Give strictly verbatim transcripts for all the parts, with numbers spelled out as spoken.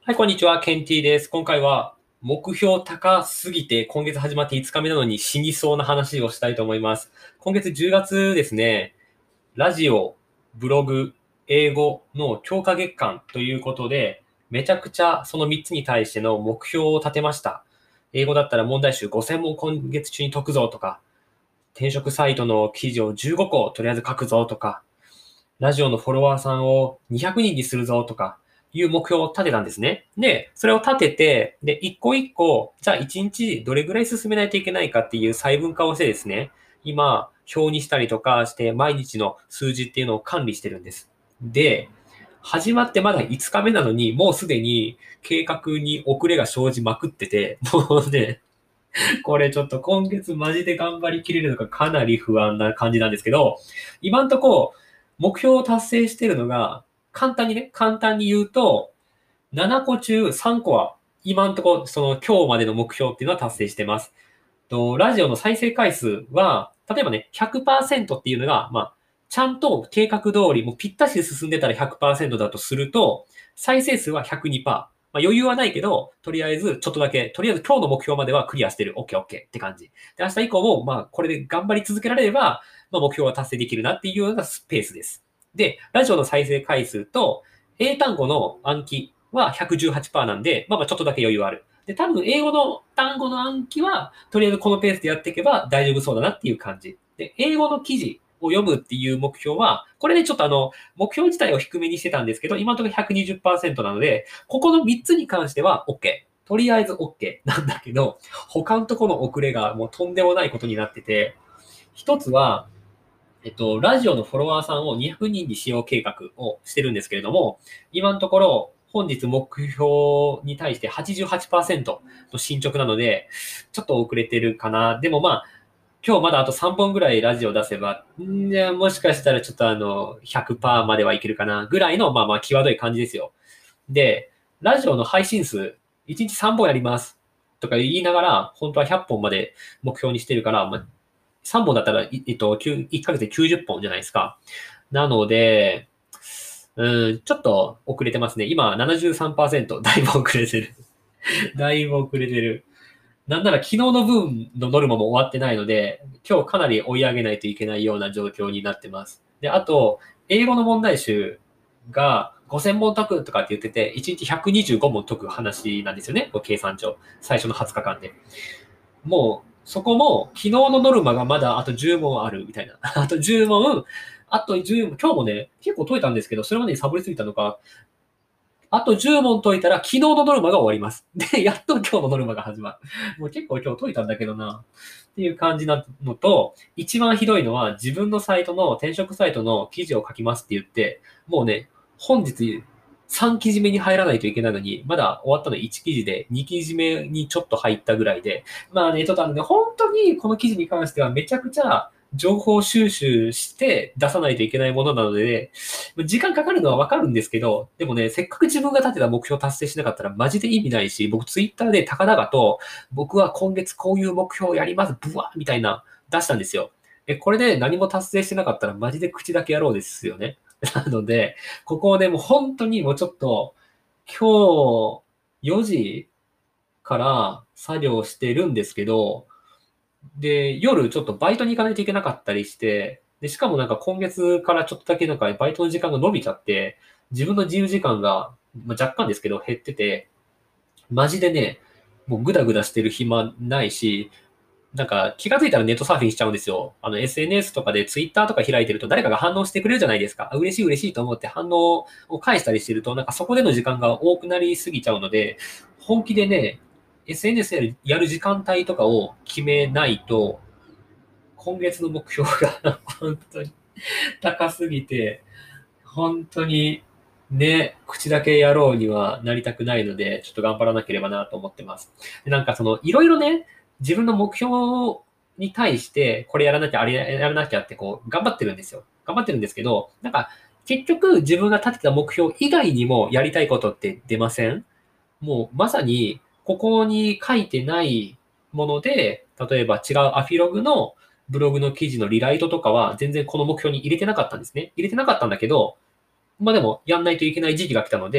はい、こんにちは。ケンティーです。今回は目標高すぎて今月始まっていつかめなのに死にそうな話をしたいと思います。今月じゅうがつですね、ラジオ、ブログ、英語の強化月間ということで、めちゃくちゃそのみっつに対しての目標を立てました。英語だったら問題集ごせん問今月中に解くぞとか、転職サイトの記事をじゅうごことりあえず書くぞとか、ラジオのフォロワーさんをにひゃくにんにするぞとかいう目標を立てたんですね。で、それを立てて、で、一個一個、じゃあ一日どれぐらい進めないといけないかっていう細分化をしてですね、今、表にしたりとかして毎日の数字っていうのを管理してるんです。で、始まってまだいつかめなのに、もうすでに計画に遅れが生じまくってて、もうね、これちょっと今月マジで頑張りきれるのかかなり不安な感じなんですけど、今んとこ目標を達成してるのが、簡単にね、簡単に言うと、ななこ中さんこは今んとこその今日までの目標っていうのは達成してます。と、ラジオの再生回数は、例えばね、ひゃくパーセントっていうのが、まあ、ちゃんと計画通り、もうぴったしで進んでたらひゃくパーセントだとすると、再生数はひゃくにパーセント。まあ、余裕はないけど、とりあえずちょっとだけ、とりあえず今日の目標まではクリアしてる。オッケーオッケーって感じ。で、明日以降も、まあ、これで頑張り続けられれば、まあ、目標は達成できるなっていうようなスペースです。で、ラジオの再生回数と、英単語の暗記はひゃくじゅうはちパーセントなんで、まあまあちょっとだけ余裕ある。で、多分英語の単語の暗記は、とりあえずこのペースでやっていけば大丈夫そうだなっていう感じ。で、英語の記事を読むっていう目標は、これね、ちょっとあの、目標自体を低めにしてたんですけど、今のところひゃくにじゅっパーセントなので、ここのみっつに関しては OK。とりあえず OK なんだけど、他のところの遅れがもうとんでもないことになってて、一つは、えっと、ラジオのフォロワーさんをにひゃくにんにしよう計画をしてるんですけれども、今のところ、本日目標に対してはちじゅうはちパーセントの進捗なので、ちょっと遅れてるかな。でもまあ、今日まだあとさんぼんぐらいラジオ出せば、んじゃもしかしたらちょっとあの、ひゃくパーセントまではいけるかな、ぐらいの、まあまあ、際どい感じですよ。で、ラジオの配信数、いちにちさんぼんやります。とか言いながら、本当はひゃっぽんまで目標にしてるから、まあ、さんぼんだったら、えっと、いっかげつできゅうじゅっぽんじゃないですか。なので、うん、ちょっと遅れてますね。今ななじゅうさんパーセント。だいぶ遅れてる。だいぶ遅れてる。なんなら昨日の分のノルマも終わってないので、今日かなり追い上げないといけないような状況になってます。で、あと、英語の問題集がごせん問解くとかって言ってて、いちにちひゃくにじゅうご問解く話なんですよね。こう計算上。最初のはつかかんで。もう、そこも、昨日のノルマがまだあとじゅう問あるみたいな。あとじゅう問、あとじゅう問、今日もね、結構解いたんですけど、それまでにサボりすぎたのか、あとじゅう問解いたら昨日のノルマが終わります。で、やっと今日のノルマが始まる。もう結構今日解いたんだけどな。っていう感じなのと、一番ひどいのは自分のサイトの転職サイトの記事を書きますって言って、もうね、本日さん記事目に入らないといけないのに、まだ終わったのいち記事でに記事目にちょっと入ったぐらいで、まあね、ちょっとあのね、本当にこの記事に関してはめちゃくちゃ情報収集して出さないといけないものなので、時間かかるのはわかるんですけど、でもね、せっかく自分が立てた目標を達成しなかったらマジで意味ないし、僕ツイッターで高々と、僕は今月こういう目標をやります、ブワーみたいな出したんですよ。え、これで何も達成してなかったらマジで口だけやろうですよね。なので、ここでもう本当にもうちょっと、今日よじから作業してるんですけど、で、夜ちょっとバイトに行かないといけなかったりして、で、しかもなんか今月からちょっとだけなんかバイトの時間が伸びちゃって、自分の自由時間が、まあ、若干ですけど減ってて、マジでね、もうグダグダしてる暇ないし、なんか気がついたらネットサーフィンしちゃうんですよ。あの エスエヌエス とかでツイッターとか開いてると誰かが反応してくれるじゃないですか。あ嬉しい嬉しいと思って反応を返したりしてると、なんかそこでの時間が多くなりすぎちゃうので、本気でね、エスエヌエス やるやる時間帯とかを決めないと、今月の目標が本当に高すぎて、本当にね、口だけやろうにはなりたくないので、ちょっと頑張らなければなと思ってます。でなんかその、いろいろね、自分の目標に対して、これやらなきゃ、あれやらなきゃってこう、頑張ってるんですよ。頑張ってるんですけど、なんか、結局自分が立てた目標以外にもやりたいことって出ません？もうまさに、ここに書いてないもので、例えば違うアフィログのブログの記事のリライトとかは全然この目標に入れてなかったんですね。入れてなかったんだけど、まあでもやんないといけない時期が来たので、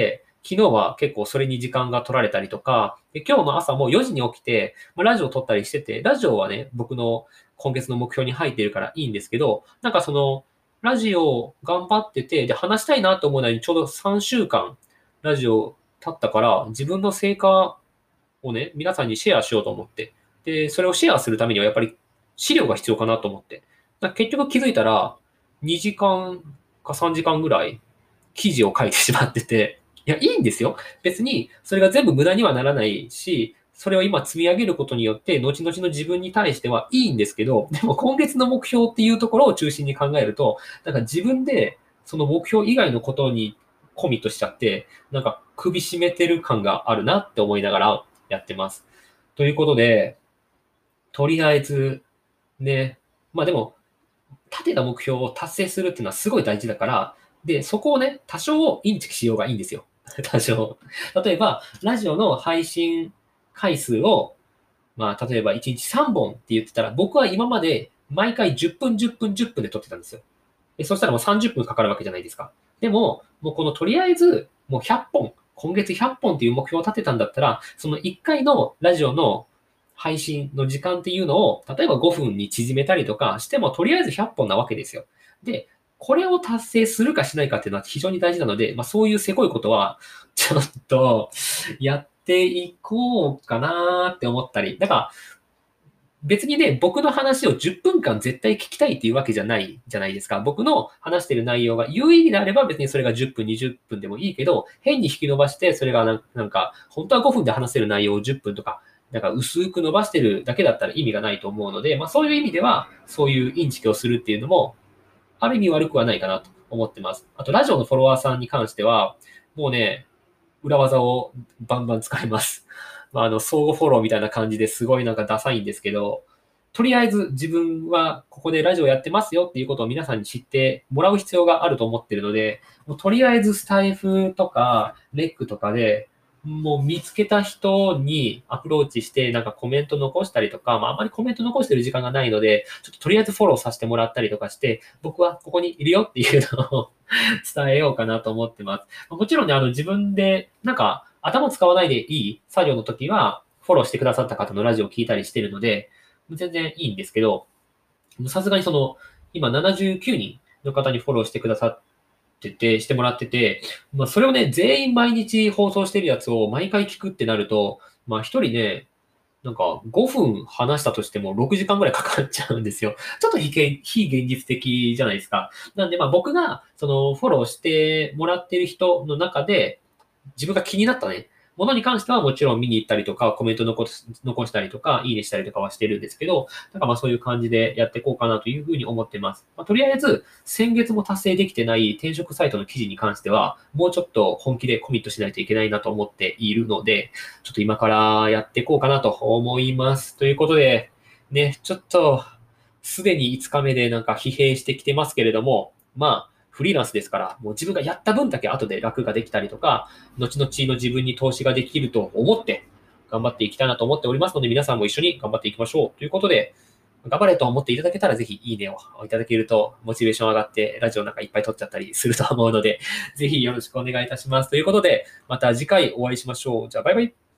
昨日は結構それに時間が取られたりとか、で今日の朝もよじに起きて、まあ、ラジオを撮ったりしてて、ラジオはね、僕の今月の目標に入っているからいいんですけど、なんかその、ラジオ頑張ってて、で、話したいなと思うのにちょうどさんしゅうかんラジオ経ったから、自分の成果をね、皆さんにシェアしようと思って。で、それをシェアするためにはやっぱり資料が必要かなと思って。だから結局気づいたら、にじかんかさんじかんぐらい記事を書いてしまってて、いや、いいんですよ。別に、それが全部無駄にはならないし、それを今積み上げることによって、後々の自分に対してはいいんですけど、でも今月の目標っていうところを中心に考えると、なんか自分でその目標以外のことにコミットしちゃって、なんか首絞めてる感があるなって思いながらやってます。ということで、とりあえず、ね、まあでも、立てた目標を達成するっていうのはすごい大事だから、で、そこをね、多少インチキしようがいいんですよ。多少。例えば、ラジオの配信回数を、まあ、例えばいちにちさんぼんって言ってたら、僕は今まで毎回じゅっぷん、じゅっぷん、じゅっぷんで撮ってたんですよ。でそしたらもうさんじゅっぷんかかるわけじゃないですか。でも、もうこのとりあえず、もうひゃっぽん、今月ひゃっぽんっていう目標を立てたんだったら、そのいっかいのラジオの配信の時間っていうのを、例えばごふんに縮めたりとかしても、とりあえずひゃっぽんなわけですよ。で、これを達成するかしないかっていうのは非常に大事なので、まあそういうせこいことは、ちょっとやっていこうかなって思ったり。だから、別にね、僕の話をじゅっぷんかん絶対聞きたいっていうわけじゃないじゃないですか。僕の話してる内容が有意義であれば別にそれがじゅっぷん、にじゅっぷんでもいいけど、変に引き伸ばして、それがなんなんか、本当はごふんで話せる内容をじゅっぷんとか、なんか薄く伸ばしてるだけだったら意味がないと思うので、まあそういう意味では、そういうインチキをするっていうのも、ある意味悪くはないかなと思ってます。あと、ラジオのフォロワーさんに関しては、もうね、裏技をバンバン使います。まあ、あの、相互フォローみたいな感じですごいなんかダサいんですけど、とりあえず自分はここでラジオやってますよっていうことを皆さんに知ってもらう必要があると思ってるので、もうとりあえずスタイフとかレックとかで、もう見つけた人にアプローチして、なんかコメント残したりとか、まああんまりコメント残してる時間がないので、ちょっととりあえずフォローさせてもらったりとかして、僕はここにいるよっていうのを伝えようかなと思ってます。もちろんね、あの自分で、なんか頭使わないでいい作業の時は、フォローしてくださった方のラジオを聞いたりしてるので、全然いいんですけど、さすがにその、今ななじゅうきゅうにんの方にフォローしてくださってて、してもらってて、まあそれをね、全員毎日放送してるやつを毎回聞くってなると、まあ一人ね、なんかごふん話したとしてもろくじかんぐらいかかっちゃうんですよ。ちょっと非現非現実的じゃないですか。なんでまあ僕がそのフォローしてもらってる人の中で、自分が気になったね、ものに関してはもちろん見に行ったりとか、コメント残す残したりとか、いいねしたりとかはしてるんですけど、なんかまあそういう感じでやっていこうかなというふうに思ってます。まあ、とりあえず、先月も達成できてない転職サイトの記事に関しては、もうちょっと本気でコミットしないといけないなと思っているので、ちょっと今からやっていこうかなと思います。ということで、ね、ちょっと、すでにいつかめでなんか疲弊してきてますけれども、まあ、フリーランスですから、もう自分がやった分だけ後で楽ができたりとか、後々の自分に投資ができると思って、頑張っていきたいなと思っておりますので、皆さんも一緒に頑張っていきましょう。ということで、頑張れと思っていただけたら、ぜひいいねをいただけると、モチベーション上がって、ラジオなんかいっぱい撮っちゃったりすると思うので、ぜひよろしくお願いいたします。ということで、また次回お会いしましょう。じゃあ、バイバイ。